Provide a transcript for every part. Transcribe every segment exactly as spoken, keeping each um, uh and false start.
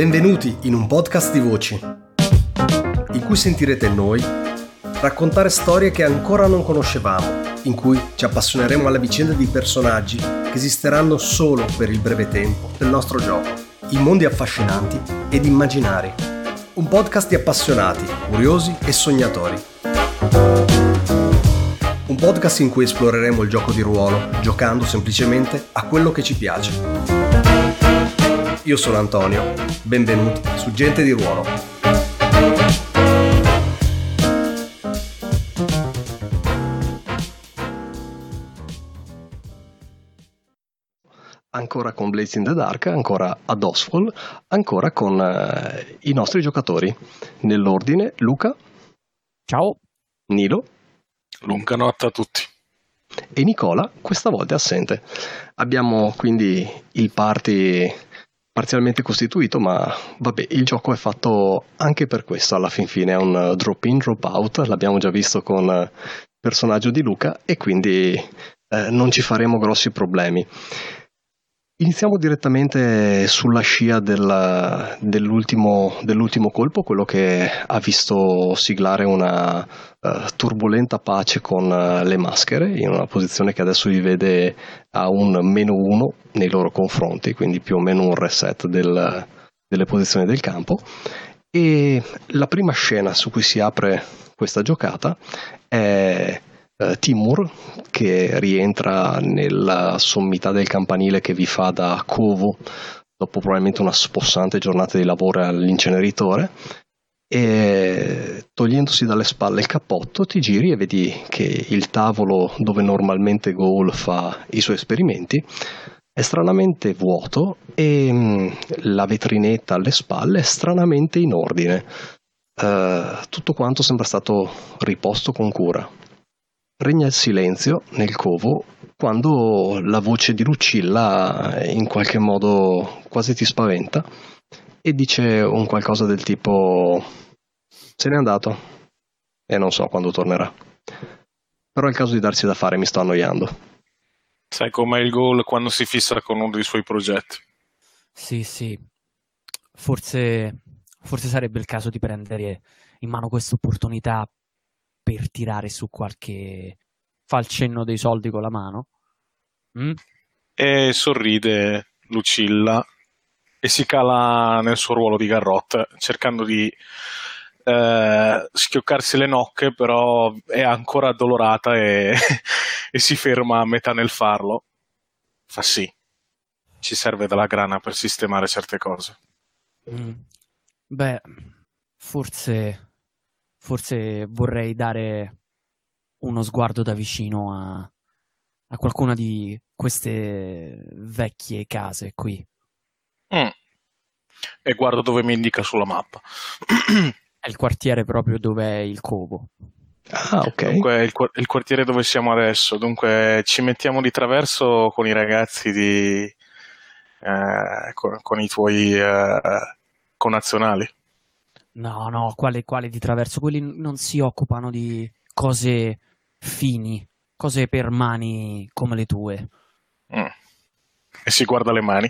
Benvenuti in un podcast di voci, in cui sentirete noi raccontare storie che ancora non conoscevamo, in cui ci appassioneremo alla vicenda di personaggi che esisteranno solo per il breve tempo del nostro gioco, in mondi affascinanti ed immaginari. Un podcast di appassionati, curiosi e sognatori. Un podcast in cui esploreremo il gioco di ruolo, giocando semplicemente a quello che ci piace. Io sono Antonio, benvenuti su Gente di Ruolo. Ancora con Blades in the Dark, ancora ad Oswald, ancora con eh, i nostri giocatori. Nell'ordine, Luca. Ciao. Nilo. Lunga notte a tutti. E Nicola, questa volta è assente. Abbiamo quindi il party parzialmente costituito, ma vabbè, il gioco è fatto anche per questo, alla fin fine è un drop in, drop out, l'abbiamo già visto con il personaggio di Luca e quindi eh, non ci faremo grossi problemi. Iniziamo direttamente sulla scia del, dell'ultimo, dell'ultimo colpo, quello che ha visto siglare una uh, turbolenta pace con uh, le maschere, in una posizione che adesso vi vede a un meno uno nei loro confronti, quindi più o meno un reset del, delle posizioni del campo. E la prima scena su cui si apre questa giocata è Timur, che rientra nella sommità del campanile che vi fa da covo dopo probabilmente una spossante giornata di lavoro all'inceneritore, e togliendosi dalle spalle il cappotto ti giri e vedi che il tavolo dove normalmente Gaul fa i suoi esperimenti è stranamente vuoto e mh, la vetrinetta alle spalle è stranamente in ordine. Uh, tutto quanto sembra stato riposto con cura. Regna il silenzio nel covo quando la voce di Lucilla in qualche modo quasi ti spaventa e dice un qualcosa del tipo: se n'è andato e non so quando tornerà, però è il caso di darsi da fare, mi sto annoiando. Sai com'è il goal quando si fissa con uno dei suoi progetti? Sì, sì, forse, forse sarebbe il caso di prendere in mano questa opportunità per tirare su qualche... fa il cenno dei soldi con la mano mm? E sorride Lucilla e si cala nel suo ruolo di garrotte cercando di eh, schioccarsi le nocche, però è ancora addolorata e, e si ferma a metà nel farlo. Fa sì, ci serve della grana per sistemare certe cose. Mm. Beh, forse forse vorrei dare uno sguardo da vicino a, a qualcuna di queste vecchie case qui. Mm. E guardo dove mi indica sulla mappa. È il quartiere proprio dove è il covo. Ah, ok. Dunque è il, il quartiere dove siamo adesso. Dunque ci mettiamo di traverso con i ragazzi di eh, con, con i tuoi eh, connazionali. No, no, quale, quale di traverso? Quelli non si occupano di cose fini, cose per mani come le tue. Mm. E si guarda le mani.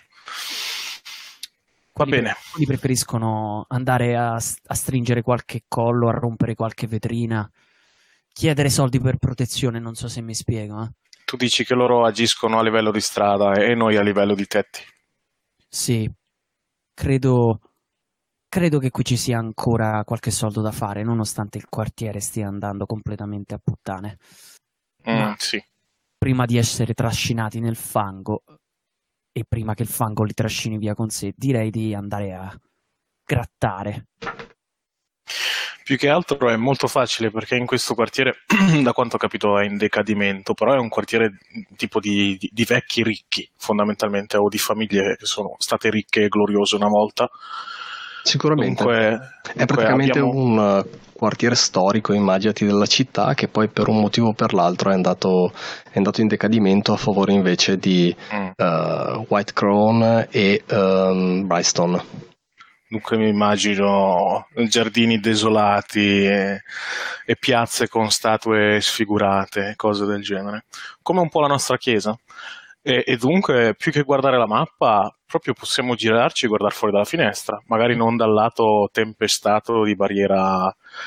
Va Quelli bene. Pre- quelli preferiscono andare a, a stringere qualche collo, a rompere qualche vetrina, chiedere soldi per protezione, non so se mi spiego. Eh? Tu dici che loro agiscono a livello di strada e noi a livello di tetti. Sì, credo... Credo che qui ci sia ancora qualche soldo da fare, nonostante il quartiere stia andando completamente a puttane. Mm, Ma sì. prima di essere trascinati nel fango, e prima che il fango li trascini via con sé, direi di andare a grattare. Più che altro è molto facile perché in questo quartiere, da quanto ho capito, è in decadimento, però è un quartiere tipo di, di, di vecchi ricchi, fondamentalmente, o di famiglie che sono state ricche e gloriose una volta. Sicuramente. Dunque, è dunque praticamente abbiamo... un quartiere storico, immaginati, della città, che poi per un motivo o per l'altro è andato, è andato in decadimento a favore invece di mm. uh, White Crown e um, Brightstone. Dunque mi immagino giardini desolati e, e piazze con statue sfigurate, cose del genere, come un po' la nostra chiesa. E, e dunque, più che guardare la mappa, proprio possiamo girarci e guardare fuori dalla finestra, magari non dal lato tempestato di barriera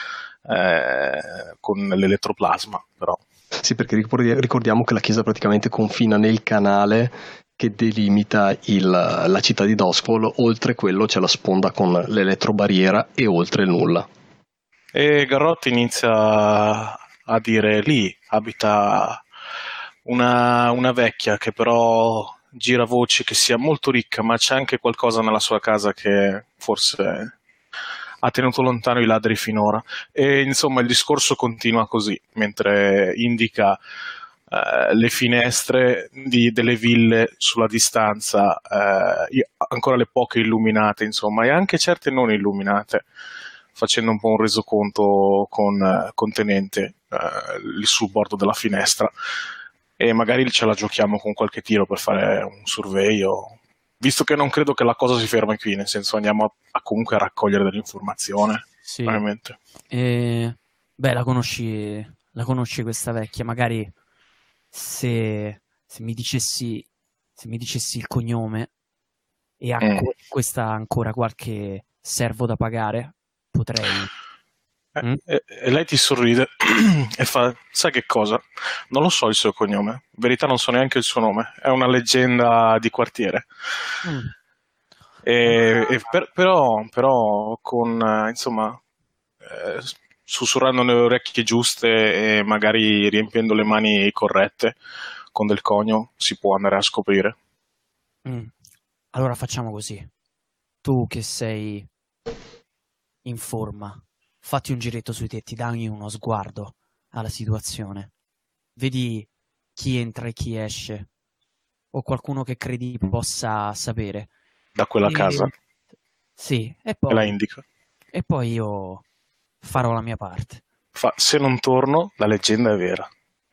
eh, con l'elettroplasma, però. Sì, perché ricordi- ricordiamo che la chiesa praticamente confina nel canale che delimita il, la città di Doskwall, oltre quello c'è la sponda con l'elettrobarriera e oltre il nulla. E Garrot inizia a dire: lì abita una, una vecchia che però gira voci che sia molto ricca, ma c'è anche qualcosa nella sua casa che forse ha tenuto lontano i ladri finora. E insomma il discorso continua così, mentre indica eh, le finestre di, delle ville sulla distanza, eh, ancora le poche illuminate, insomma, e anche certe non illuminate, facendo un po' un resoconto con, con Tenente eh, lì sul bordo della finestra. E magari ce la giochiamo con qualche tiro per fare un surveio, visto che non credo che la cosa si fermi qui, nel senso andiamo a, a comunque a raccogliere dell'informazione. Sì. Veramente. E, beh, la conosci, la conosci questa vecchia, magari se, se mi dicessi se mi dicessi il cognome e ancora, mm. questa ha ancora qualche servo da pagare, potrei... Eh, mm? e, e lei ti sorride e fa: sai che cosa? Non lo so il suo cognome, in verità non so neanche il suo nome, è una leggenda di quartiere. Mm. E, e per, però, però con eh, insomma eh, sussurrando nelle orecchie giuste e magari riempiendo le mani corrette con del conio si può andare a scoprire. Mm. Allora facciamo così: tu che sei in forma, fatti un giretto sui tetti, dai uno sguardo alla situazione, vedi chi entra e chi esce, o qualcuno che credi possa sapere. Da quella e... casa? Sì, e poi... Me la indica. E poi io farò la mia parte. Fa, se non torno, la leggenda è vera.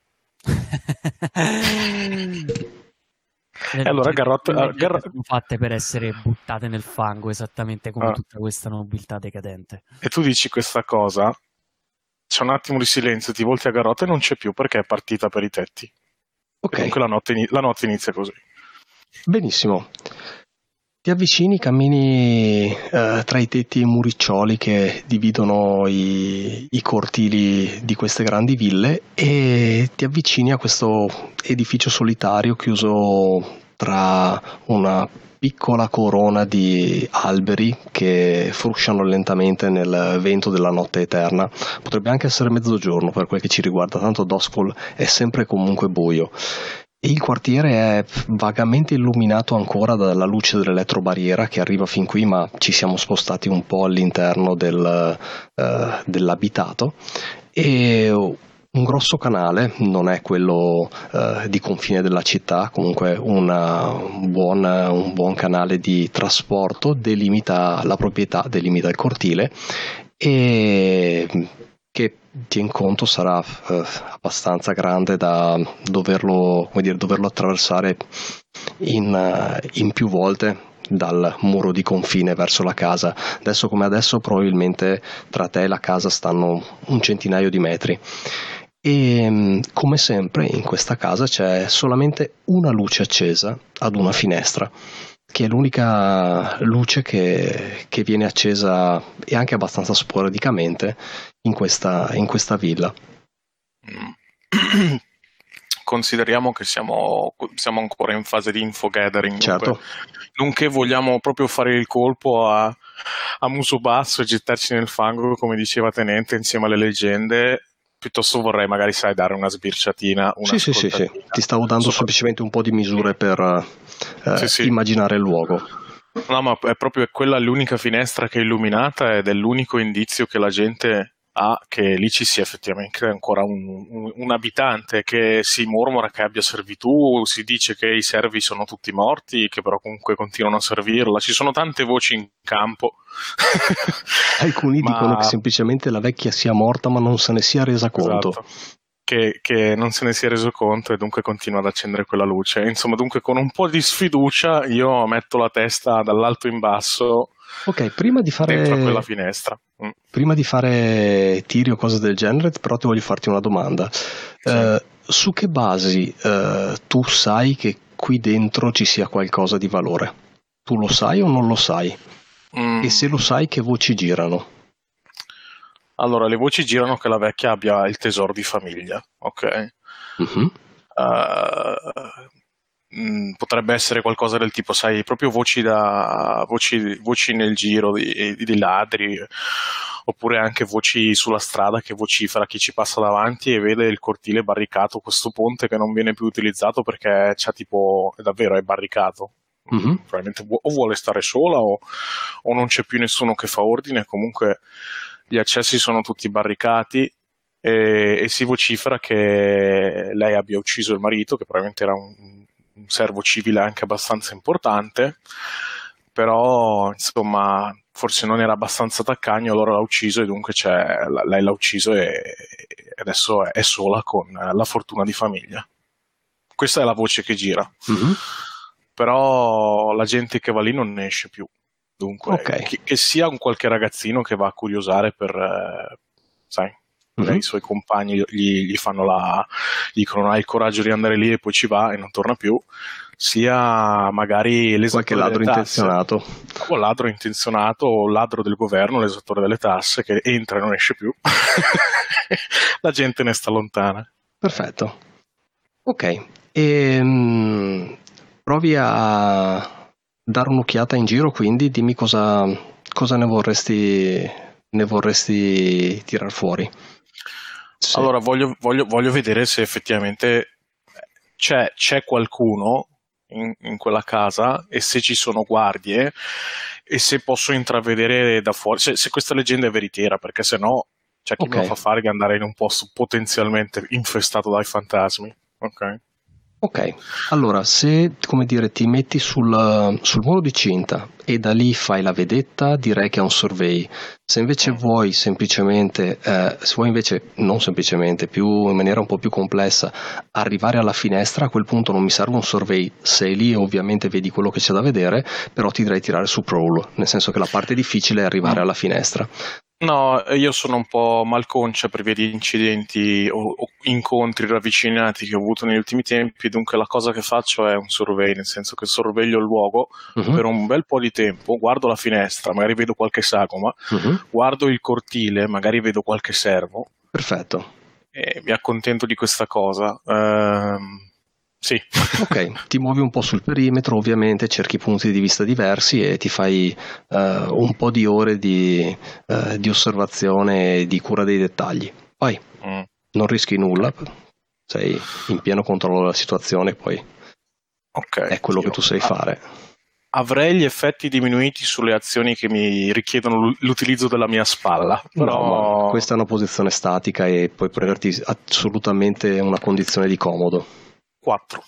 Le e allora Garrot... Le Garrot... sono fatte per essere buttate nel fango, esattamente come ah. tutta questa nobiltà decadente. E tu dici questa cosa, c'è un attimo di silenzio, ti volti a Garrot e non c'è più perché è partita per i tetti. Ok. E dunque la notte, la notte inizia così. Benissimo. Ti avvicini, cammini eh, tra i tetti e i muriccioli che dividono i, i cortili di queste grandi ville e ti avvicini a questo edificio solitario chiuso tra una piccola corona di alberi che frusciano lentamente nel vento della notte eterna. Potrebbe anche essere mezzogiorno per quel che ci riguarda, tanto Doskwall è sempre comunque buio. Il quartiere è vagamente illuminato ancora dalla luce dell'elettrobarriera che arriva fin qui, ma ci siamo spostati un po' all'interno del, uh, dell'abitato, e un grosso canale, non è quello uh, di confine della città, comunque una, un, buon, un buon canale di trasporto delimita la proprietà, delimita il cortile, e che tien conto sarà eh, abbastanza grande da doverlo, come dire, doverlo attraversare in, uh, in più volte dal muro di confine verso la casa. Adesso come adesso probabilmente tra te e la casa stanno un centinaio di metri. E come sempre in questa casa c'è solamente una luce accesa ad una finestra, che è l'unica luce che, che viene accesa, e anche abbastanza sporadicamente, in questa, in questa villa. Consideriamo che siamo, siamo ancora in fase di info gathering. Certo. Nonché vogliamo proprio fare il colpo a, a muso basso e gettarci nel fango, come diceva Tenente, insieme alle leggende. Piuttosto vorrei magari, sai, dare una sbirciatina. Una sì, sì, sì, sì. Ti stavo dando Sopra... semplicemente un po' di misure per eh, sì, sì. immaginare il luogo. No, ma è proprio quella l'unica finestra che è illuminata ed è l'unico indizio che la gente ha che lì ci sia effettivamente ancora un, un, un abitante, che si mormora che abbia servitù, si dice che i servi sono tutti morti, che però comunque continuano a servirla. Ci sono tante voci in campo. Alcuni ma... dicono che semplicemente la vecchia sia morta ma non se ne sia resa conto. Esatto. Che, che non se ne sia reso conto e dunque continua ad accendere quella luce. Insomma, dunque con un po' di sfiducia io metto la testa dall'alto in basso. Ok, prima di fare dentro quella finestra. Mm. Prima di fare tiri o cose del genere, però ti voglio farti una domanda. Sì. Eh, su che basi eh, tu sai che qui dentro ci sia qualcosa di valore. Tu lo sai o non lo sai? Mm. E se lo sai, che voci girano? Allora, le voci girano che la vecchia abbia il tesoro di famiglia, ok? Mm-hmm. Uh, mh, potrebbe essere qualcosa del tipo, sai, proprio voci da voci, voci nel giro di, di ladri, oppure anche voci sulla strada che vocifera chi ci passa davanti e vede il cortile barricato, questo ponte che non viene più utilizzato perché c'ha tipo, è davvero è barricato. Mm-hmm. Probabilmente vu- o vuole stare sola o, o non c'è più nessuno che fa ordine, comunque gli accessi sono tutti barricati e, e si vocifera che lei abbia ucciso il marito, che probabilmente era un, un servo civile anche abbastanza importante, però insomma forse non era abbastanza taccagno, allora l'ha ucciso e dunque c'è, lei l'ha ucciso e, e adesso è sola con la fortuna di famiglia. Questa è la voce che gira. Mm-hmm. Però la gente che va lì non ne esce più. Dunque, okay. che, che sia un qualche ragazzino che va a curiosare per, eh, sai, mm-hmm. i suoi compagni gli, gli fanno la, gli dicono hai il coraggio di andare lì e poi ci va e non torna più, sia magari l'esattore qualche ladro delle tasse, intenzionato o ladro intenzionato o ladro del governo, l'esattore delle tasse che entra e non esce più. La gente ne sta lontana. Perfetto. Ok. Ehm, provi a dare un'occhiata in giro, quindi dimmi cosa, cosa ne vorresti ne vorresti tirar fuori. Sì. Allora voglio, voglio, voglio vedere se effettivamente c'è, c'è qualcuno in, in quella casa e se ci sono guardie e se posso intravedere da fuori, se, se questa leggenda è veritiera, perché se no c'è chi okay. me lo fa fare di andare in un posto potenzialmente infestato dai fantasmi. Ok. Ok, allora se, come dire, ti metti sul, sul muro di cinta e da lì fai la vedetta, direi che è un survey. Se invece vuoi semplicemente, eh, se vuoi invece, non semplicemente, più in maniera un po' più complessa, arrivare alla finestra, a quel punto non mi serve un survey. Sei lì e ovviamente vedi quello che c'è da vedere, però ti direi tirare su crawl, nel senso che la parte difficile è arrivare alla finestra. No, io sono un po' malconcia per via di incidenti o, o incontri ravvicinati che ho avuto negli ultimi tempi, dunque la cosa che faccio è un survey, nel senso che sorveglio il luogo uh-huh. per un bel po' di tempo, guardo la finestra, magari vedo qualche sagoma, uh-huh. guardo il cortile, magari vedo qualche servo. Perfetto. E mi accontento di questa cosa. Ehm... Sì. Ok, ti muovi un po' sul perimetro, ovviamente cerchi punti di vista diversi e ti fai uh, un po' di ore di, uh, di osservazione e di cura dei dettagli. Poi mm. non rischi nulla, sei in pieno controllo della situazione, poi okay, è quello io, che tu sai ah, fare. Avrei gli effetti diminuiti sulle azioni che mi richiedono l'utilizzo della mia spalla. Però... No, questa è una posizione statica e puoi prenderti assolutamente una condizione di comodo. quattro.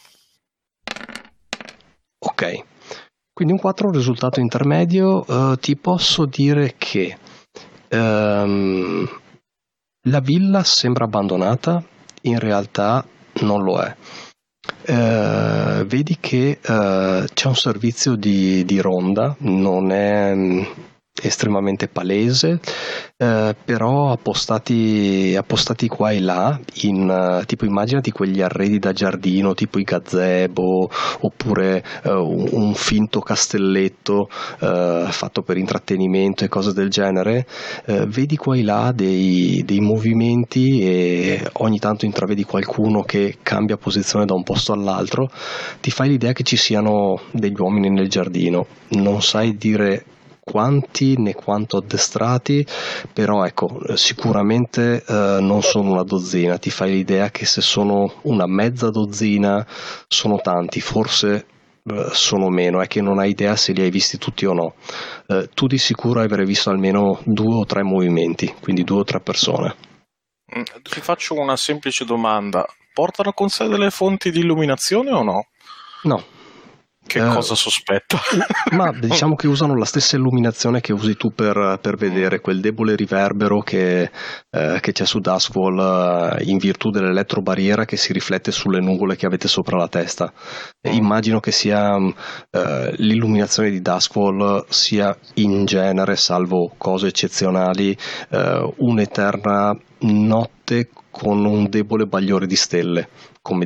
Ok, quindi un quattro, un risultato intermedio. Uh, ti posso dire che um, la villa sembra abbandonata, in realtà non lo è. Uh, vedi che uh, c'è un servizio di, di ronda, non è um, estremamente palese, eh, però appostati, appostati qua e là in uh, tipo immaginati quegli arredi da giardino tipo i gazebo oppure uh, un, un finto castelletto uh, fatto per intrattenimento e cose del genere. Uh, vedi qua e là dei, dei movimenti e ogni tanto intravedi qualcuno che cambia posizione da un posto all'altro. Ti fai l'idea che ci siano degli uomini nel giardino, non sai dire quanti né quanto addestrati, però ecco, sicuramente eh, non sono una dozzina. Ti fai l'idea che se sono una mezza dozzina sono tanti, forse eh, sono meno, è che non hai idea se li hai visti tutti o no. Eh, tu di sicuro avrai visto almeno due o tre movimenti, quindi due o tre persone. Ti faccio una semplice domanda: portano con sé delle fonti di illuminazione o no? No. Che eh, cosa sospetto? Ma diciamo che usano la stessa illuminazione che usi tu per, per vedere quel debole riverbero che, eh, che c'è su Duskwall eh, in virtù dell'elettrobarriera che si riflette sulle nuvole che avete sopra la testa. E immagino che sia eh, l'illuminazione di Duskwall sia in genere, salvo cose eccezionali, eh, un'eterna notte con un debole bagliore di stelle, come dire,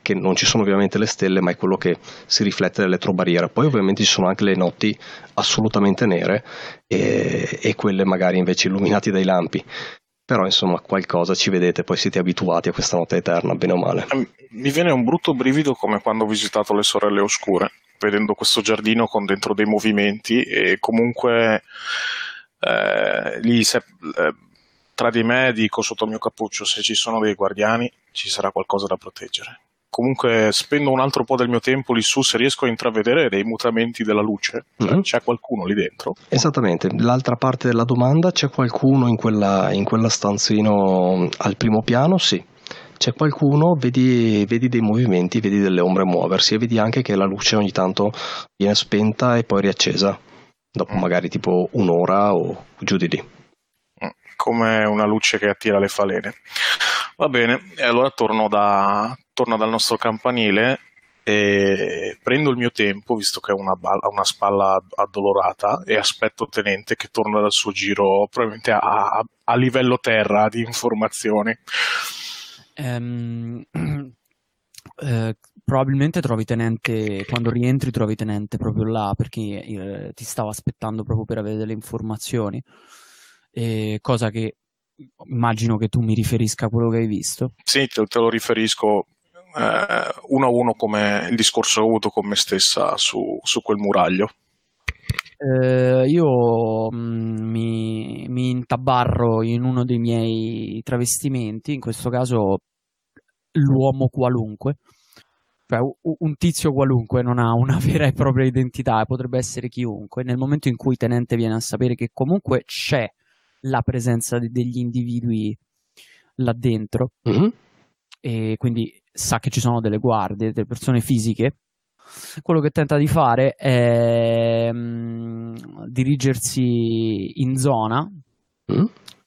che non ci sono ovviamente le stelle, ma è quello che si riflette dall'elettrobarriera. Poi ovviamente ci sono anche le notti assolutamente nere e, e quelle magari invece illuminate dai lampi. Però insomma qualcosa ci vedete, poi siete abituati a questa notte eterna, bene o male. Mi viene un brutto brivido come quando ho visitato le Sorelle Oscure, vedendo questo giardino con dentro dei movimenti e comunque eh, lì se, eh, tra di me dico sotto il mio cappuccio, se ci sono dei guardiani ci sarà qualcosa da proteggere. Comunque spendo un altro po' del mio tempo lì su se riesco a intravedere dei mutamenti della luce, cioè, mm-hmm. C'è qualcuno lì dentro? Esattamente, l'altra parte della domanda, c'è qualcuno in quella, in quella stanzino al primo piano? Sì, c'è qualcuno, vedi, vedi dei movimenti, vedi delle ombre muoversi e vedi anche che la luce ogni tanto viene spenta e poi riaccesa, dopo mm. magari tipo un'ora o giù di lì. Come una luce che attira le falene. Va bene, e allora torno, da, torno dal nostro campanile e prendo il mio tempo, visto che ho una, una spalla addolorata, e aspetto Tenente che torna dal suo giro probabilmente a, a livello terra di informazioni. Um, eh, probabilmente trovi Tenente, quando rientri trovi Tenente proprio là, perché eh, ti stavo aspettando proprio per avere delle informazioni. Eh, cosa che immagino che tu mi riferisca a quello che hai visto. Sì, te, te lo riferisco eh, uno a uno come il discorso che ho avuto con me stessa su, su quel muraglio. Eh, io mh, mi, mi intabarro in uno dei miei travestimenti, in questo caso l'uomo qualunque, cioè un tizio qualunque, non ha una vera e propria identità, potrebbe essere chiunque. Nel momento in cui Tenente viene a sapere che comunque c'è la presenza de- degli individui là dentro, mm-hmm. e quindi sa che ci sono delle guardie, delle persone fisiche, quello che tenta di fare è mh, dirigersi in zona mm.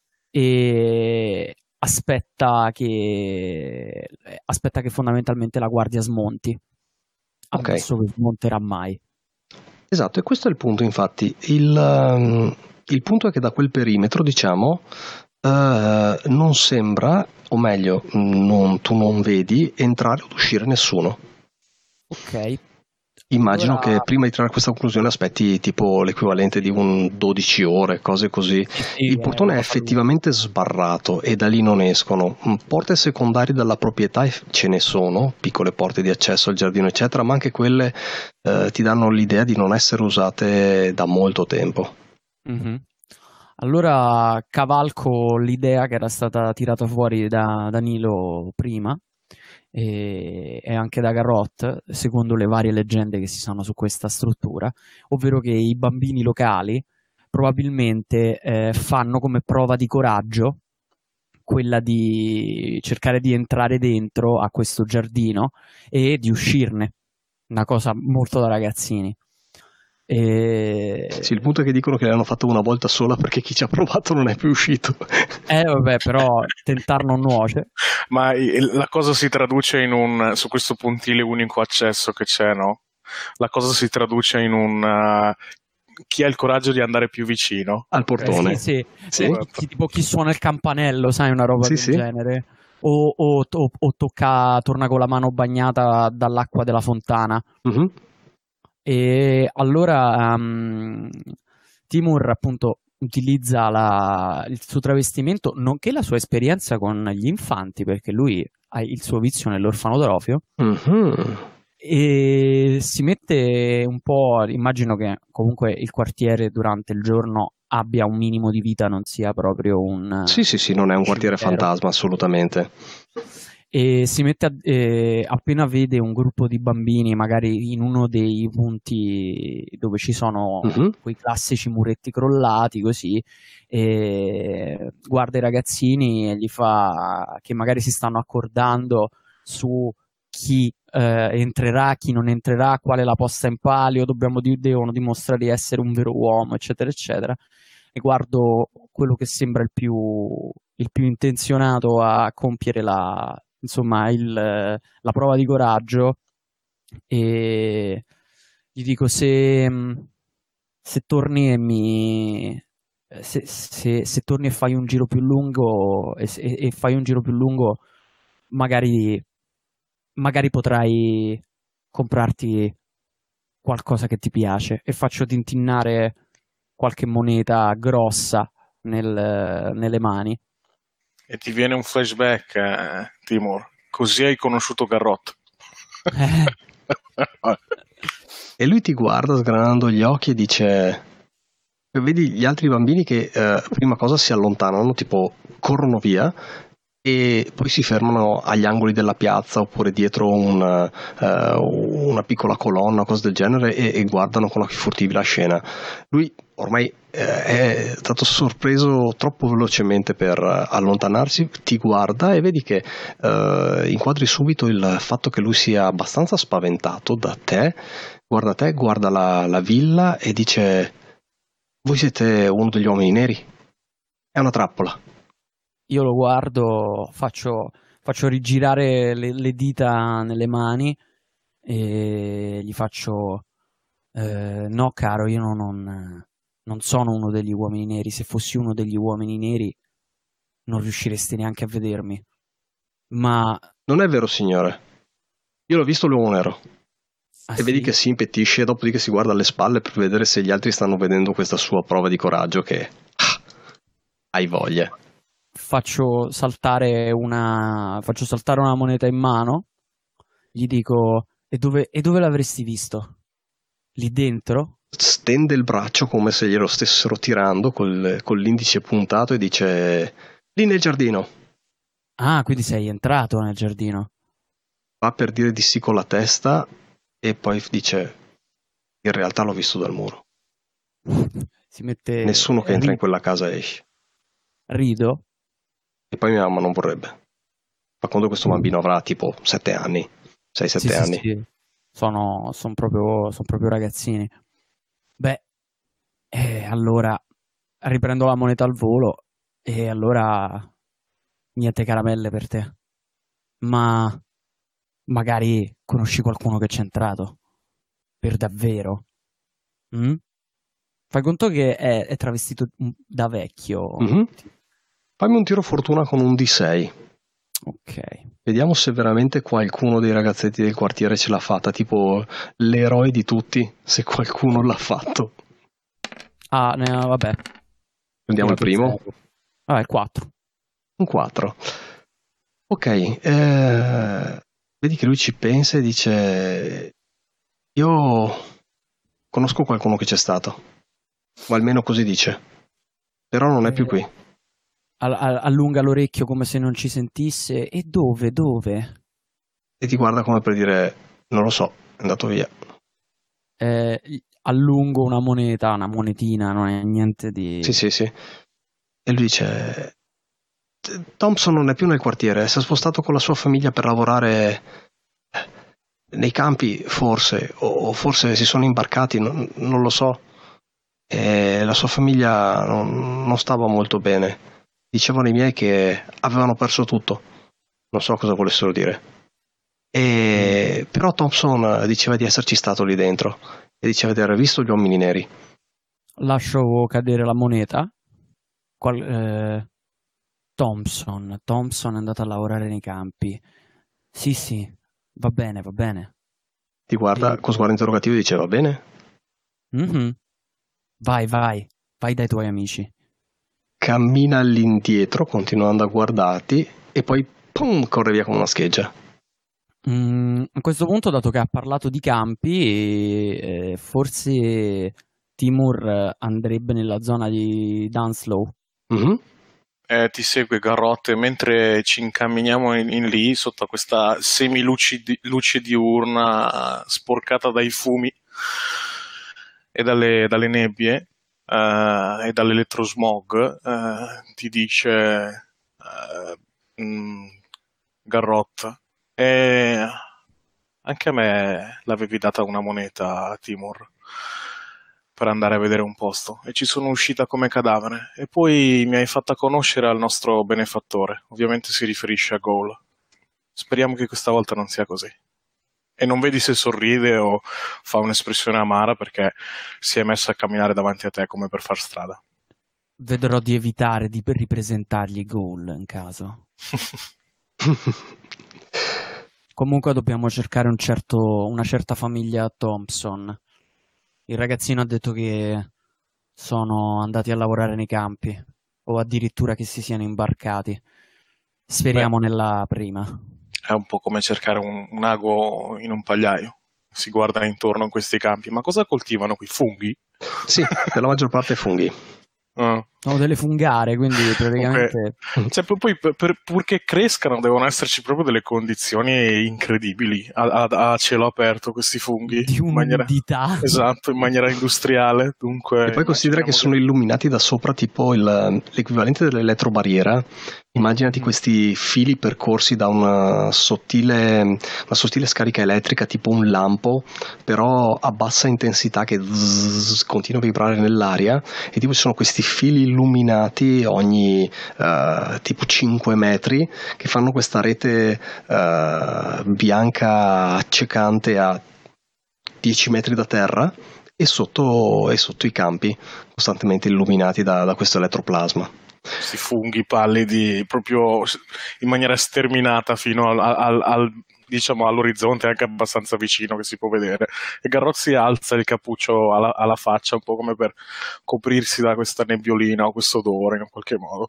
e aspetta che aspetta che fondamentalmente la guardia smonti, ammesso okay. che smonterà mai. Esatto, e questo è il punto, infatti il um... il punto è che da quel perimetro, diciamo, eh, non sembra, o meglio, non, tu non vedi entrare o uscire nessuno. Ok. Immagino allora... che prima di trarre questa conclusione aspetti tipo l'equivalente di un dodici ore, cose così. Sì, il portone è, è effettivamente lui. sbarrato e da lì non escono. Porte secondarie dalla proprietà ce ne sono, piccole porte di accesso al giardino eccetera, ma anche quelle eh, ti danno l'idea di non essere usate da molto tempo. Mm-hmm. Allora cavalco l'idea che era stata tirata fuori da Danilo prima e, e anche da Garrot, secondo le varie leggende che si sanno su questa struttura, ovvero che i bambini locali probabilmente eh, fanno come prova di coraggio quella di cercare di entrare dentro a questo giardino e di uscirne, una cosa molto da ragazzini. E... Sì, il punto è che dicono che l'hanno fatto una volta sola perché chi ci ha provato non è più uscito. Eh vabbè, però tentar non nuoce. Ma la cosa si traduce in un, su questo puntile unico accesso che c'è, no? La cosa si traduce in un uh, chi ha il coraggio di andare più vicino al portone. Eh, sì, sì, sì. Eh, chi, tipo chi suona il campanello, sai, una roba sì, del sì. genere. O, o, o, o tocca, torna con la mano bagnata dall'acqua della fontana. Mm-hmm. E allora um, Timur appunto utilizza la, il suo travestimento, nonché la sua esperienza con gli infanti, perché lui ha il suo vizio nell'orfanotrofio, mm-hmm. e si mette un po', immagino che comunque il quartiere durante il giorno abbia un minimo di vita, non sia proprio un... Sì, sì, sì, non è un quartiere fantasma, assolutamente. E si mette a, eh, appena vede un gruppo di bambini magari in uno dei punti dove ci sono uh-huh. quei classici muretti crollati così, e guarda i ragazzini e gli fa che magari si stanno accordando su chi eh, entrerà, chi non entrerà, qual è la posta in palio, dobbiamo di- devono dimostrare di essere un vero uomo, eccetera eccetera, e guardo quello che sembra il più, il più intenzionato a compiere la insomma il, la prova di coraggio, e gli dico se, se torni e mi se, se, se torni e fai un giro più lungo e, e fai un giro più lungo magari magari potrai comprarti qualcosa che ti piace e faccio tintinnare qualche moneta grossa nel- nelle mani. E ti viene un flashback, eh, Timur. Così hai conosciuto Garrot. E lui ti guarda sgranando gli occhi e dice: vedi gli altri bambini che eh, prima cosa si allontanano, tipo corrono via e poi si fermano agli angoli della piazza oppure dietro un, eh, una piccola colonna, cose del genere, e, e guardano con occhi furtivi la scena. Lui ormai eh, è stato sorpreso troppo velocemente per eh, allontanarsi, ti guarda e vedi che eh, inquadri subito il fatto che lui sia abbastanza spaventato da te, guarda te, guarda la, la villa e dice: voi siete uno degli uomini neri? È una trappola. Io lo guardo, faccio, faccio rigirare le, le dita nelle mani e gli faccio eh, no caro, io non, non, non sono uno degli uomini neri. Se fossi uno degli uomini neri non riusciresti neanche a vedermi. Ma Non è vero, signore. Io l'ho visto l'uomo nero. ah, E vedi sì? che si impettisce e dopodiché si guarda alle spalle per vedere se gli altri stanno vedendo questa sua prova di coraggio che ah, hai voglia. Faccio saltare una faccio saltare una moneta in mano, gli dico e dove, e dove l'avresti visto? Lì dentro? Stende il braccio come se glielo stessero tirando col, con l'indice puntato e dice: lì nel giardino. Ah, quindi sei entrato nel giardino. Va per dire di sì con la testa e poi dice: in realtà l'ho visto dal muro. Si mette Nessuno che entra ri- in quella casa esce. rido. E poi mia mamma non vorrebbe. Fa conto che questo bambino avrà tipo sette anni, sei Sì, sette sì, anni. sì. Sono, son proprio, son proprio ragazzini. Beh, eh, allora riprendo la moneta al volo e allora niente caramelle per te. Ma magari conosci qualcuno che c'è entrato. Per davvero. Mm? Fai conto che è, è travestito mm, da vecchio. Mhm. Fammi un tiro fortuna con un D sei. Ok. Vediamo se veramente qualcuno dei ragazzetti del quartiere ce l'ha fatta, tipo l'eroe di tutti, se qualcuno l'ha fatto. Ah, ne- vabbè. Prendiamo il Tirato primo. zero. Ah, è quattro. Un quattro. Ok, eh, vedi che lui ci pensa e dice: io conosco qualcuno che c'è stato, o almeno così dice, però non è più qui. All- all- allunga l'orecchio come se non ci sentisse. E dove? Dove? E ti guarda come per dire: non lo so, è andato via. Eh, allungo una moneta, una monetina, non è niente di... Sì, sì, sì. E lui dice: Thompson non è più nel quartiere, si è spostato con la sua famiglia per lavorare nei campi, forse, o forse si sono imbarcati, non, non lo so. E la sua famiglia non, non stava molto bene. Dicevano i miei che avevano perso tutto. Non so cosa volessero dire. E, però Thompson diceva di esserci stato lì dentro e diceva di aver visto gli uomini neri. Lascio cadere la moneta. Qual- eh, Thompson. Thompson è andato a lavorare nei campi. Sì, sì, va bene, va bene. Ti guarda E- con sguardo interrogativo e dice: va bene? Mhm. Vai, vai, vai dai tuoi amici. Cammina all'indietro continuando a guardarti e poi pum, corre via come una scheggia. Mm, a questo punto, dato che ha parlato di campi, eh, forse Timur eh, andrebbe nella zona di Dunslow. Mhm. Eh, ti segue Garrot e mentre ci incamminiamo in, in lì sotto questa semiluce di, luce diurna sporcata dai fumi e dalle, dalle nebbie eh, e dall'elettrosmog, eh, ti dice eh, mm, Garrot, e anche a me l'avevi data una moneta, Timur, per andare a vedere un posto, e ci sono uscita come cadavere, e poi mi hai fatta conoscere al nostro benefattore. Ovviamente si riferisce a Goal. Speriamo che questa volta non sia così. E non vedi se sorride o fa un'espressione amara perché si è messo a camminare davanti a te come per far strada. Vedrò di evitare di ripresentargli gol in caso. Comunque dobbiamo cercare un certo, una certa famiglia Thompson. Il ragazzino ha detto che sono andati a lavorare nei campi, o addirittura che si siano imbarcati. Speriamo Beh, nella prima. è un po' come cercare un, un ago in un pagliaio. Si guarda intorno in questi campi. Ma cosa coltivano qui? Funghi? Sì, per la maggior parte funghi. Ah. Sono delle fungare, quindi praticamente... Comunque, cioè, poi per, per- purché crescano devono esserci proprio delle condizioni incredibili a, a- a cielo aperto questi funghi di in maniera, umidità. esatto, in maniera industriale. Dunque, E poi considera che immaginiamo sono illuminati da sopra tipo il- l'equivalente dell'elettrobarriera. Immaginati questi fili percorsi da una sottile, una sottile scarica elettrica, tipo un lampo, però a bassa intensità che zzz, continua a vibrare nell'aria, e tipo ci sono questi fili illuminati ogni eh, tipo cinque metri che fanno questa rete eh, bianca accecante a dieci metri da terra e sotto, e sotto i campi costantemente illuminati da, da questo elettroplasma. questi funghi pallidi proprio in maniera sterminata fino al, al- al- diciamo all'orizzonte, anche abbastanza vicino, che si può vedere. E Garrozzi alza il cappuccio alla, alla faccia un po' come per coprirsi da questa nebbiolina o questo odore in qualche modo.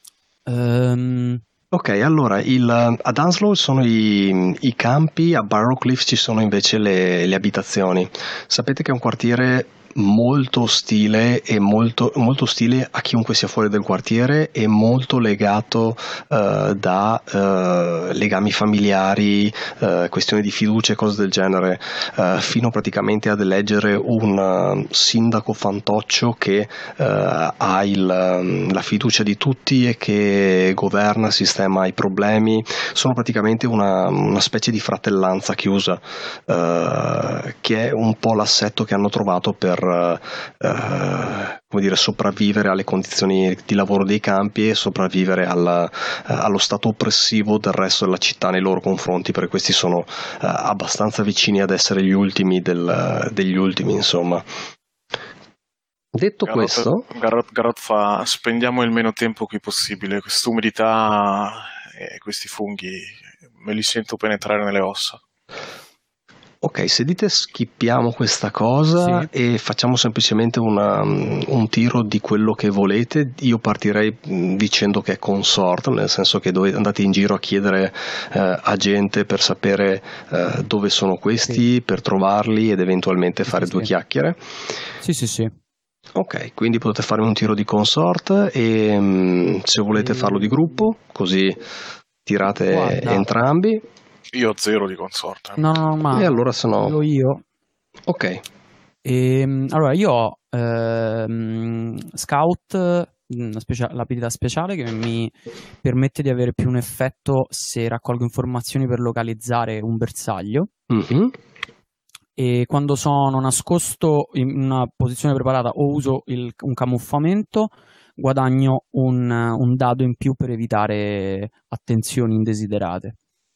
Ehm, Ok, allora il, ad Anslow sono i, i campi, a Barrow Cliff ci sono invece le, le abitazioni. Sapete che è un quartiere molto ostile e molto, molto ostile a chiunque sia fuori del quartiere, e molto legato eh, da eh, legami familiari, eh, questioni di fiducia e cose del genere, eh, fino praticamente ad eleggere un uh, sindaco fantoccio che eh, ha il, um, la fiducia di tutti e che governa, sistema i problemi. Sono praticamente una, una specie di fratellanza chiusa, eh, che è un po' l'assetto che hanno trovato per eh, come dire, sopravvivere alle condizioni di lavoro dei campi e sopravvivere al, eh, allo stato oppressivo del resto della città nei loro confronti, perché questi sono eh, abbastanza vicini ad essere gli ultimi del, degli ultimi, insomma. Detto Garrot, questo, Garrot, Garrot fa: spendiamo il meno tempo qui possibile, quest'umidità e questi funghi me li sento penetrare nelle ossa. ok, se dite skippiamo questa cosa Sì. e facciamo semplicemente una, un tiro di quello che volete. Io partirei mh, dicendo che è consort, nel senso che dovete, andate in giro a chiedere eh, a gente per sapere eh, dove sono questi, Sì. per trovarli ed eventualmente Sì, fare sì, due sì. chiacchiere. Sì, sì, sì. Ok, quindi potete fare un tiro di consort e mh, se volete E- farlo di gruppo, così tirate Guarda, entrambi. Io ho zero di consorte. no, no, no, ma E allora sono... io io. Ok, Ehm, allora, io ho ehm, Scout, una specia- l'abilità speciale che mi permette di avere più un effetto se raccolgo informazioni per localizzare un bersaglio. mhm, E quando sono nascosto in una posizione preparata o uso il- un camuffamento, guadagno un, un dado in più per evitare attenzioni indesiderate.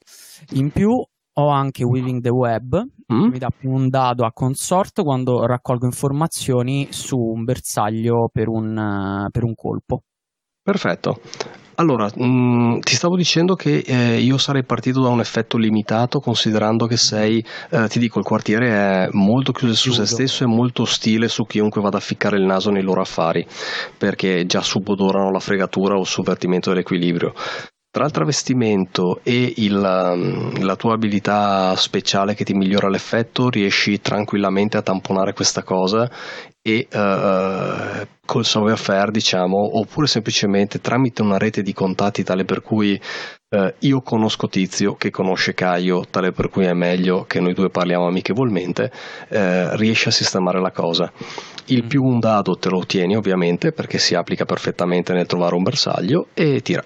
In più ho anche Weaving the Web, che mm. mi dà più un dado a consort quando raccolgo informazioni su un bersaglio per un, eh, per un colpo. Perfetto. Allora, mh, ti stavo dicendo che eh, io sarei partito da un effetto limitato, considerando che sei, eh, ti dico, il quartiere è molto chiuso su se Chiuso. stesso e molto ostile su chiunque vada a ficcare il naso nei loro affari, perché già subodorano la fregatura o il sovvertimento dell'equilibrio. Tra il travestimento e il, um, la tua abilità speciale che ti migliora l'effetto, riesci tranquillamente a tamponare questa cosa e uh, col savoir-faire, diciamo, oppure semplicemente tramite una rete di contatti tale per cui uh, io conosco Tizio che conosce Caio, tale per cui è meglio che noi due parliamo amichevolmente, uh, riesci a sistemare la cosa. Il più un dado te lo ottieni ovviamente, perché si applica perfettamente nel trovare un bersaglio, e tira.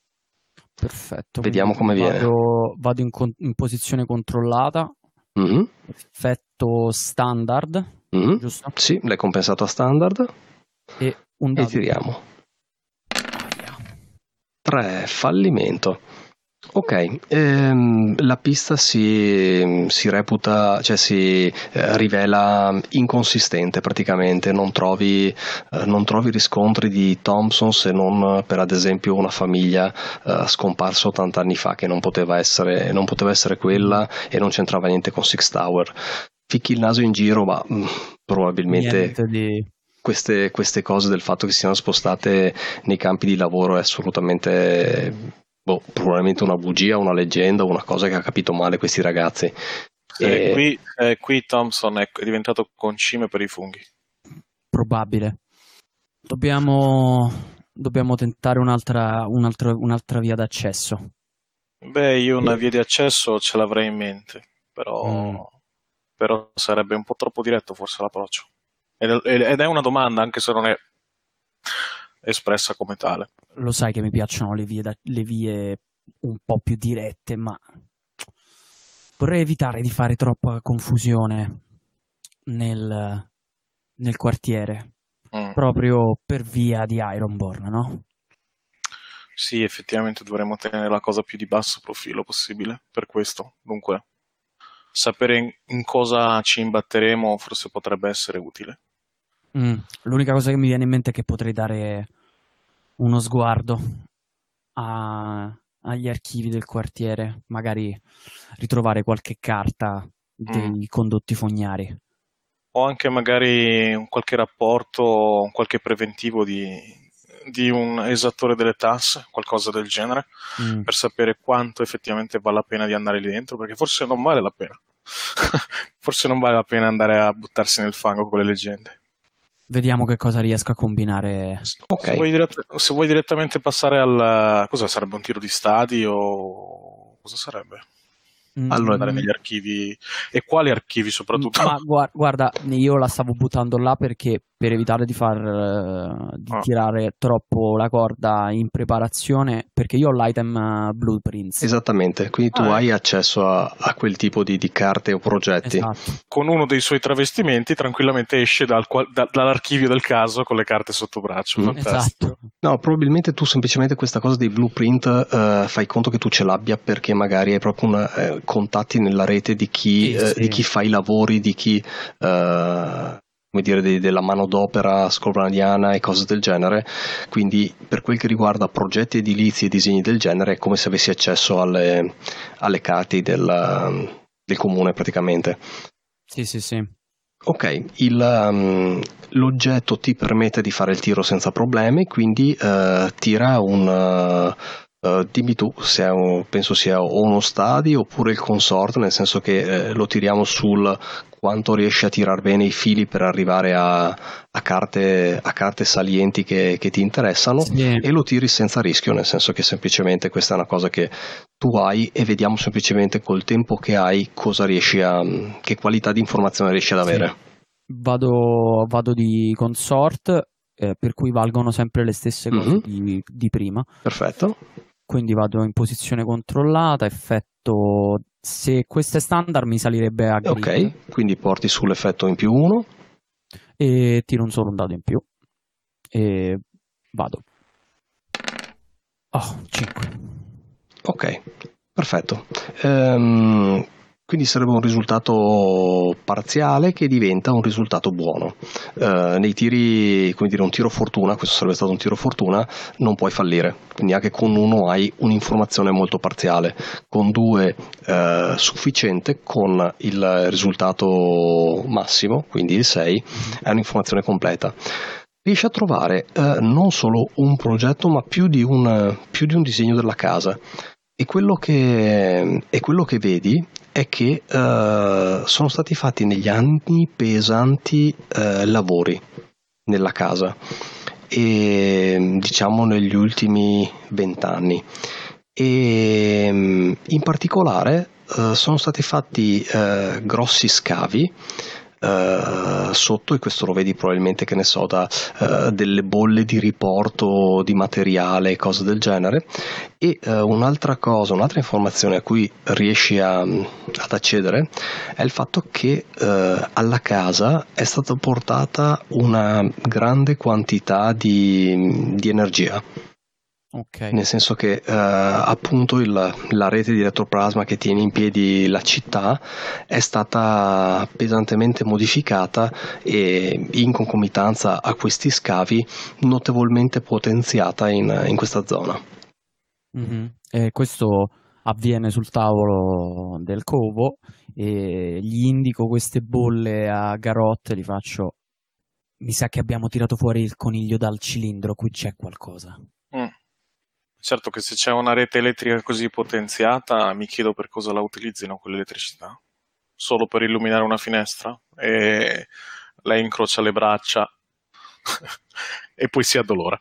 Perfetto. Vediamo come vado, viene. Vado in, con- in posizione controllata. Mm-hmm. Effetto standard, Mm-hmm. giusto? Sì, l'hai compensato a standard E un e dado. tiriamo. Aia. tre, fallimento. Ok, ehm, la pista si, si reputa, cioè si eh, rivela inconsistente praticamente, non trovi, eh, non trovi riscontri di Thompson se non per ad esempio una famiglia eh, scomparsa ottanta anni fa che non poteva essere, non poteva essere quella e non c'entrava niente con Six Tower. Ficchi il naso in giro, ma mh, probabilmente Di... queste, queste cose del fatto che siano spostate nei campi di lavoro è assolutamente... Boh, probabilmente una bugia, una leggenda, una cosa che ha capito male questi ragazzi. Eh, E... qui, eh, qui Thompson è diventato concime per i funghi. Probabile. Dobbiamo, dobbiamo tentare un'altra, un'altra, un'altra via d'accesso. Beh, io una via di accesso ce l'avrei in mente, però, Mm. però sarebbe un po' troppo diretto forse l'approccio. Ed è, ed è una domanda, anche se non è espressa come tale. Lo sai che mi piacciono le vie, da, le vie un po' più dirette, ma vorrei evitare di fare troppa confusione nel, nel quartiere, Mm. proprio per via di Ironborn, no? Sì, effettivamente dovremmo tenere la cosa più di basso profilo possibile, per questo. Dunque, sapere in, in cosa ci imbatteremo forse potrebbe essere utile. Mm. L'unica cosa che mi viene in mente è che potrei dare uno sguardo a, agli archivi del quartiere, magari ritrovare qualche carta dei Mm. condotti fognari. O anche magari un qualche rapporto, un qualche preventivo di, di un esattore delle tasse, qualcosa del genere, Mm. per sapere quanto effettivamente vale la pena di andare lì dentro, perché forse non vale la pena. Forse non vale la pena andare a buttarsi nel fango con le leggende. Vediamo che cosa riesco a combinare. Ok. Se vuoi, dirett- se vuoi direttamente passare al... cosa sarebbe, un tiro di stadi o cosa sarebbe? Allora, Andare negli archivi, e quali archivi soprattutto? Ma gua- guarda, io la stavo buttando là perché per evitare di far eh, di Ah. tirare troppo la corda in preparazione, perché io ho l'item uh, blueprints. esattamente, quindi tu Ah, hai accesso a, a quel tipo di, di carte o progetti. Esatto. Con uno dei suoi travestimenti tranquillamente esce dal qual- da- dall'archivio del caso con le carte sotto braccio. Mm. Fantastico. Esatto. No, probabilmente tu semplicemente questa cosa dei blueprint eh, fai conto che tu ce l'abbia perché magari hai proprio una, eh, contatti nella rete di chi, Sì, eh, sì. di chi fa i lavori, di chi, eh, come dire, de- della manodopera scrobraniana e cose del genere. Quindi per quel che riguarda progetti edilizi e disegni del genere è come se avessi accesso alle, alle carte del, del comune praticamente. Sì, sì, sì. Ok, il, um, l'oggetto ti permette di fare il tiro senza problemi, quindi uh, tira un... Uh, uh, dimmi tu, se è un, penso sia o uno stadio oppure il consort, nel senso che uh, lo tiriamo sul quanto riesci a tirar bene i fili per arrivare a, a, carte, a carte salienti che, che ti interessano, Sì. e lo tiri senza rischio, nel senso che semplicemente questa è una cosa che tu hai e vediamo semplicemente col tempo che hai cosa riesci a, che qualità di informazione riesci ad avere. Sì. Vado, vado di consort, eh, per cui valgono sempre le stesse cose Mhm. di, di prima. Perfetto. Quindi vado in posizione controllata, effetto, se questo è standard mi salirebbe a grid Ok, quindi porti sull'effetto in più uno. e tiro un solo un dado in più e vado. Oh, cinque. Ok, perfetto. Ehm, quindi sarebbe un risultato parziale che diventa un risultato buono. Eh, nei tiri, come dire, un tiro fortuna, questo sarebbe stato un tiro fortuna, non puoi fallire. Quindi anche con uno hai un'informazione molto parziale, con due eh, sufficiente, con il risultato massimo, quindi il sei, è un'informazione completa. Riesci a trovare eh, non solo un progetto, ma più di un, più di un disegno della casa. E quello che, e quello che vedi è che eh, sono stati fatti negli anni pesanti eh, lavori nella casa, e diciamo negli ultimi vent'anni. E in particolare eh, sono stati fatti eh, grossi scavi Uh, sotto, e questo lo vedi probabilmente, che ne so, da uh, delle bolle di riporto di materiale e cose del genere. E uh, un'altra cosa, un'altra informazione a cui riesci a, ad accedere è il fatto che uh, alla casa è stata portata una grande quantità di, di energia. Okay. Nel senso che eh, appunto il, la rete di elettroplasma che tiene in piedi la città è stata pesantemente modificata e in concomitanza a questi scavi notevolmente potenziata in, in questa zona. Mm-hmm. E questo avviene sul tavolo del covo e gli indico queste bolle a Garot, gli faccio: mi sa che abbiamo tirato fuori il coniglio dal cilindro, qui c'è qualcosa. Mm. Certo che se c'è una rete elettrica così potenziata, mi chiedo per cosa la utilizzino quell'elettricità. Solo per illuminare una finestra? E lei incrocia le braccia e poi si addolora.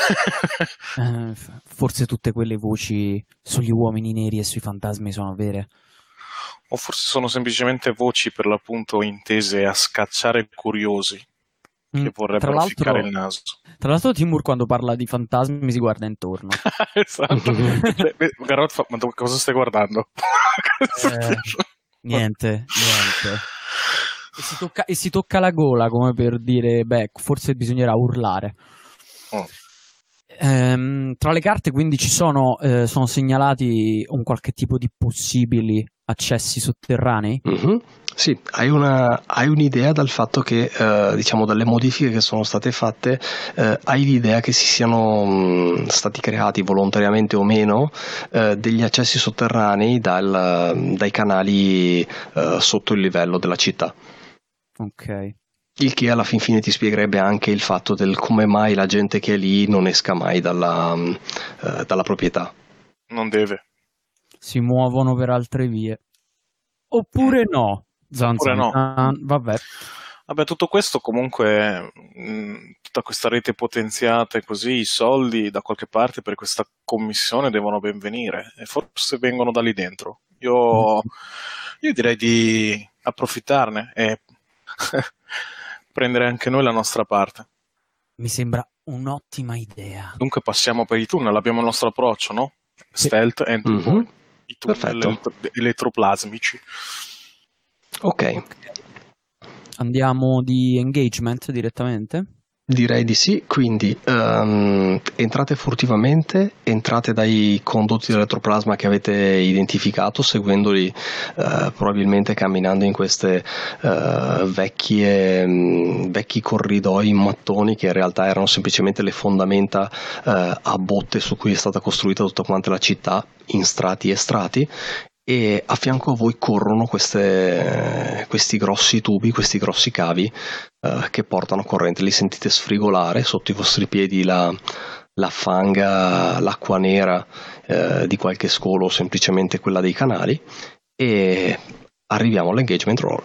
Eh, forse tutte quelle voci sugli uomini neri e sui fantasmi sono vere. O forse sono semplicemente voci per l'appunto intese a scacciare curiosi che Mm, vorrebbero tra ficcare l'altro, il naso. tra l'altro Timur quando parla di fantasmi si guarda intorno. Esatto. Garot fa, ma cosa stai guardando? Eh, niente, niente. E si, tocca, e si tocca la gola come per dire, beh, forse bisognerà urlare. Oh. Ehm, tra le carte quindi ci sono, eh, sono segnalati un qualche tipo di possibili accessi sotterranei? Mm-hmm. Sì, hai, una, hai un'idea dal fatto che, eh, diciamo, dalle modifiche che sono state fatte, eh, hai l'idea che si siano mh, stati creati volontariamente o meno eh, degli accessi sotterranei dal, dai canali eh, sotto il livello della città. Ok. Il che alla fin fine ti spiegherebbe anche il fatto del come mai la gente che è lì non esca mai dalla, eh, dalla proprietà. Non deve. Si muovono per altre vie. Oppure no. Zan, Oppure zan, no. zan. Vabbè. Vabbè, tutto questo comunque, mh, tutta questa rete potenziata e così, i soldi da qualche parte per questa commissione devono ben venire e forse vengono da lì dentro. Io, io direi di approfittarne e prendere anche noi la nostra parte. Mi sembra un'ottima idea. Dunque passiamo per i tunnel, abbiamo il nostro approccio, no? Sì. Stealth, entry Mm-hmm. point. I tunnel Perfetto. elettro- elettroplasmici. Ok. Andiamo di engagement direttamente? Direi di sì, quindi um, entrate furtivamente, entrate dai condotti dell'elettroplasma che avete identificato, seguendoli uh, probabilmente camminando in queste uh, vecchie, um, vecchi corridoi in mattoni che in realtà erano semplicemente le fondamenta uh, a botte su cui è stata costruita tutta quanta la città, in strati e strati. E a fianco a voi corrono queste, questi grossi tubi, questi grossi cavi eh, che portano corrente. Li sentite sfrigolare sotto i vostri piedi la, la fanga, l'acqua nera eh, di qualche scolo o semplicemente quella dei canali, e arriviamo all'engagement roll.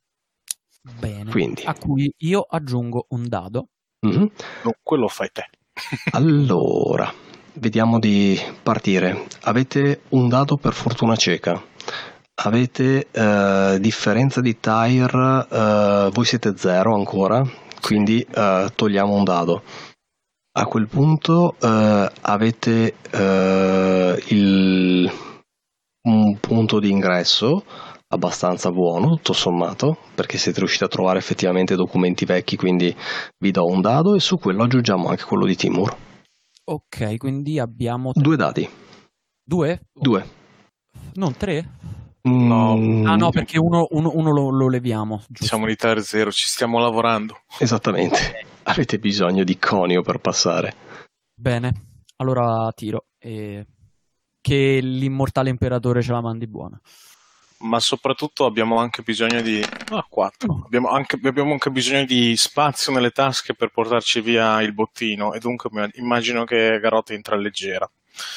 Bene. Quindi. A cui io aggiungo un dado. Mm-hmm. No, quello fai te. Allora, vediamo di partire. Avete un dado per fortuna cieca. Avete eh, differenza di tire, eh, voi siete zero ancora, quindi eh, togliamo un dado. A quel punto eh, avete eh, il, un punto di ingresso abbastanza buono, tutto sommato, perché siete riusciti a trovare effettivamente documenti vecchi, quindi vi do un dado e su quello aggiungiamo anche quello di Timur. Ok, quindi abbiamo Due dadi. due? Due. Non tre? No. Mm, Ah no, perché uno, uno, uno lo, lo leviamo. Giusto? Siamo di tier zero, ci stiamo lavorando. Esattamente. Avete bisogno di conio per passare. Bene, allora tiro. E... Che l'immortale imperatore ce la mandi buona. Ma soprattutto abbiamo anche bisogno di... Ah, quattro. Abbiamo anche, abbiamo anche bisogno di spazio nelle tasche per portarci via il bottino, e dunque immagino che Garot entra leggera.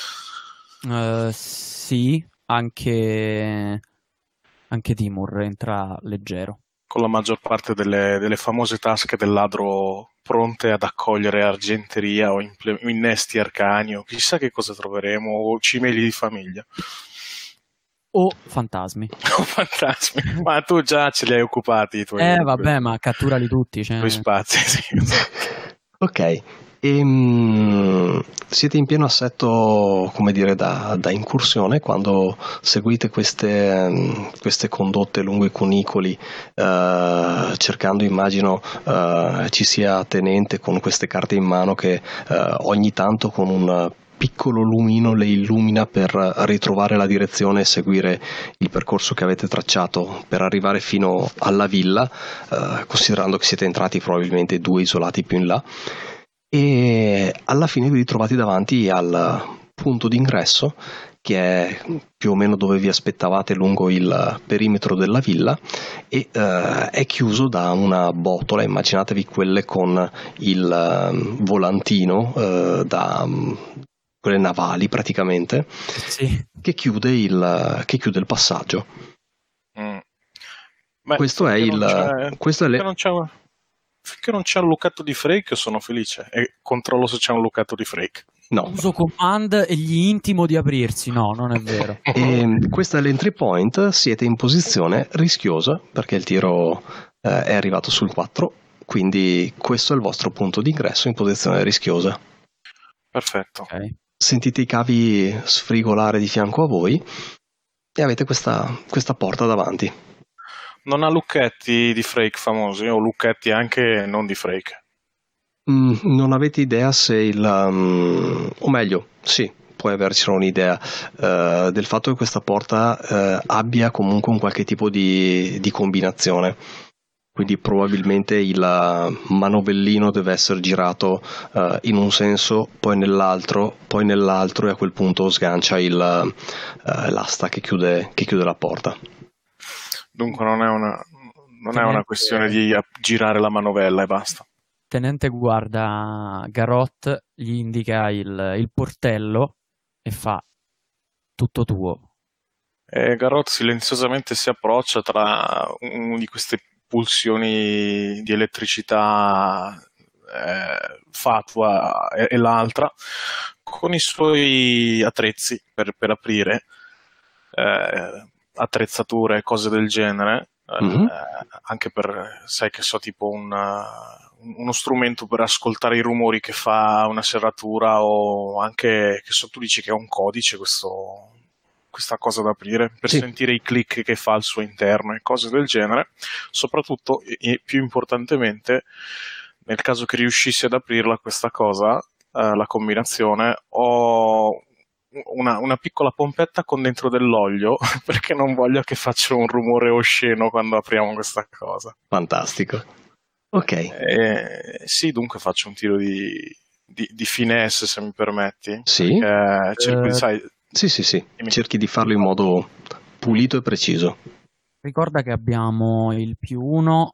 Uh, sì, anche... anche Timur entra leggero. Con la maggior parte delle, delle famose tasche del ladro pronte ad accogliere argenteria o imple- innesti arcani o chissà che cosa troveremo, o cimeli di famiglia. O fantasmi. O fantasmi. Ma tu già ce li hai occupati i tuoi, Eh vabbè, ma catturali tutti. Cioè... i tuoi spazi, sì. Ok. E, siete in pieno assetto, come dire, da, da incursione quando seguite queste, queste condotte lungo i cunicoli, eh, cercando, immagino, eh, ci sia tenente con queste carte in mano che eh, ogni tanto con un piccolo lumino le illumina per ritrovare la direzione e seguire il percorso che avete tracciato per arrivare fino alla villa, eh, considerando che siete entrati probabilmente due isolati più in là, e alla fine vi ritrovate davanti al punto d'ingresso, che è più o meno dove vi aspettavate lungo il perimetro della villa, e eh, è chiuso da una botola. Immaginatevi quelle con il um, volantino uh, da um, quelle navali praticamente, sì. che chiude il che chiude il passaggio. Mm. Beh, questo è il c'è, questo è le... non c'è, finché non c'è un lucchetto di Frake sono felice e controllo se c'è un lucchetto di Frake. No. Uso command e gli intimo di aprirsi. No, non è vero. E questa è l'entry point. Siete in posizione rischiosa perché il tiro eh, è arrivato sul quattro, quindi questo è il vostro punto d'ingresso in posizione rischiosa. Perfetto. Okay. Sentite i cavi sfrigolare di fianco a voi e avete questa, questa porta davanti. Non ha lucchetti di Frake famosi o lucchetti anche non di Frake? Mm, non avete idea se il... Um, o meglio, sì, puoi avercela un'idea uh, del fatto che questa porta uh, abbia comunque un qualche tipo di, di combinazione. Quindi probabilmente il manovellino deve essere girato uh, in un senso, poi nell'altro, poi nell'altro, e a quel punto sgancia il, uh, l'asta che chiude, che chiude la porta. Dunque non è una, non è una questione di girare la manovella e basta. Tenente guarda Garrot, gli indica il, il portello e fa: tutto tuo. E Garrot silenziosamente si approccia tra una di queste pulsioni di elettricità eh, fatua e, e l'altra, con i suoi attrezzi per, per aprire, eh, attrezzature e cose del genere, mm-hmm. eh, anche per, sai che so, tipo un, uno strumento per ascoltare i rumori che fa una serratura, o anche, che so, tu dici che è un codice questo... questa cosa da aprire, per sì. sentire i click che fa al suo interno e cose del genere. Soprattutto, e più importantemente, nel caso che riuscissi ad aprirla questa cosa, eh, la combinazione, ho una, una piccola pompetta con dentro dell'olio, perché non voglio che faccia un rumore osceno quando apriamo questa cosa. Fantastico. Ok. Eh, sì, dunque faccio un tiro di, di, di finesse, se mi permetti. Sì. Perché cerco di, sai... Sì, sì, sì, cerchi di farlo in modo pulito e preciso. Ricorda che abbiamo il più uno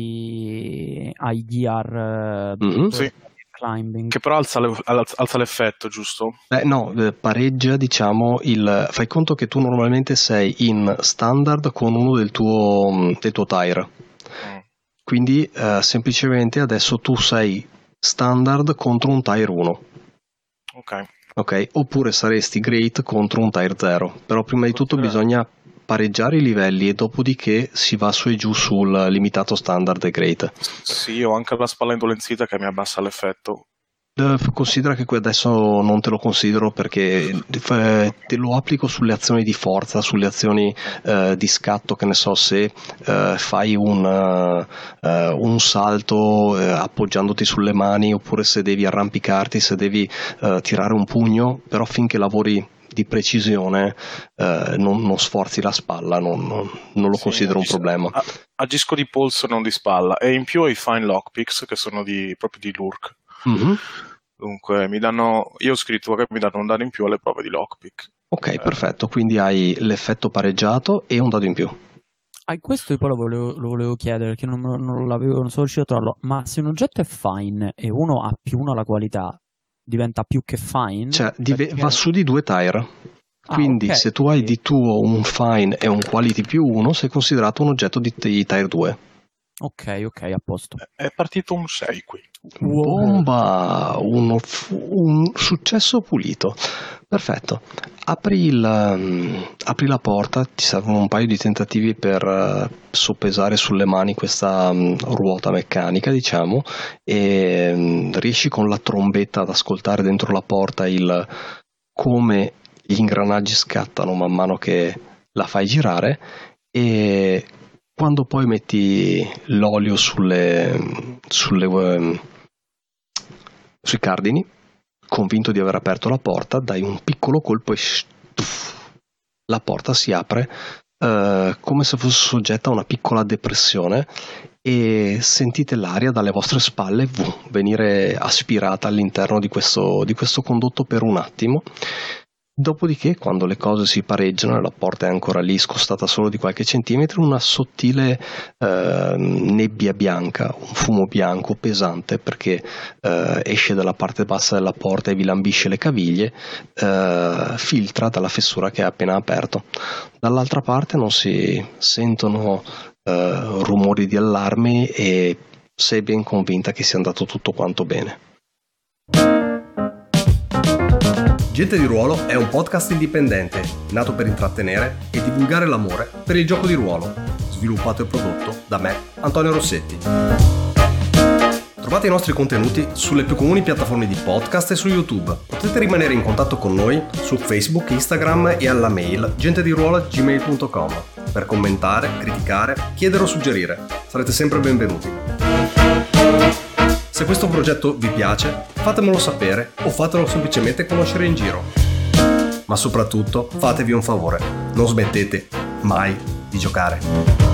ai, ai gear mm-hmm. Sì. Climbing. Che però alza, le, alza l'effetto, giusto? Eh, no, pareggia, diciamo, il... Fai conto che tu normalmente sei in standard con uno del tuo, del tuo tire. Mm. Quindi eh, semplicemente adesso tu sei standard contro un tire uno. Ok. Ok, oppure saresti great contro un tier zero, però prima di tutto bisogna pareggiare i livelli e dopodiché si va su e giù sul limitato standard e great. Sì, ho anche la spalla indolenzita che mi abbassa l'effetto. Uh, considera che qui adesso non te lo considero perché te lo applico sulle azioni di forza, sulle azioni uh, di scatto, che ne so, se uh, fai un, uh, uh, un salto uh, appoggiandoti sulle mani, oppure se devi arrampicarti, se devi uh, tirare un pugno, però finché lavori di precisione uh, non, non sforzi la spalla, non, non, non lo sì, considero agisco, un problema. Agisco di polso, non di spalla, e in più ho i fine lockpicks che sono di, proprio di lurk. Mm-hmm. Dunque mi danno, io ho scritto che mi danno un dado in più alle prove di lockpick. Ok, eh. perfetto, quindi hai l'effetto pareggiato e un dado in più. Ah, questo io poi lo volevo, lo volevo chiedere, perché non, non l'avevo, non sono riuscito a trovarlo. Ma se un oggetto è fine e uno ha più uno alla qualità, diventa più che fine? Cioè, dive- perché... va su di due tire. Quindi ah, okay. se tu hai di tuo un fine e un quality più uno, sei considerato un oggetto di, di tier due. Ok, ok, a posto. È partito un sei qui. Bomba! Uno, un successo pulito. Perfetto. Apri, il, um, apri la porta, ti servono un paio di tentativi per uh, soppesare sulle mani questa um, ruota meccanica, diciamo, e um, riesci con la trombetta ad ascoltare dentro la porta il come gli ingranaggi scattano man mano che la fai girare, e quando poi metti l'olio sulle, sulle, um, sui cardini, convinto di aver aperto la porta, dai un piccolo colpo e stuff, la porta si apre uh, come se fosse soggetta a una piccola depressione e sentite l'aria dalle vostre spalle vum, venire aspirata all'interno di questo, di questo condotto per un attimo. Dopodiché, quando le cose si pareggiano e la porta è ancora lì, scostata solo di qualche centimetro, una sottile eh, nebbia bianca, un fumo bianco pesante, perché eh, esce dalla parte bassa della porta e vi lambisce le caviglie, eh, filtra dalla fessura che è appena aperto. Dall'altra parte non si sentono eh, rumori di allarme e sei ben convinta che sia andato tutto quanto bene. Gente di Ruolo è un podcast indipendente, nato per intrattenere e divulgare l'amore per il gioco di ruolo, sviluppato e prodotto da me, Antonio Rossetti. Trovate i nostri contenuti sulle più comuni piattaforme di podcast e su YouTube. Potete rimanere in contatto con noi su Facebook, Instagram e alla mail gentediruolo at gmail punto com per commentare, criticare, chiedere o suggerire. Sarete sempre benvenuti. Se questo progetto vi piace, fatemelo sapere o fatelo semplicemente conoscere in giro. Ma soprattutto, fatevi un favore, non smettete mai di giocare.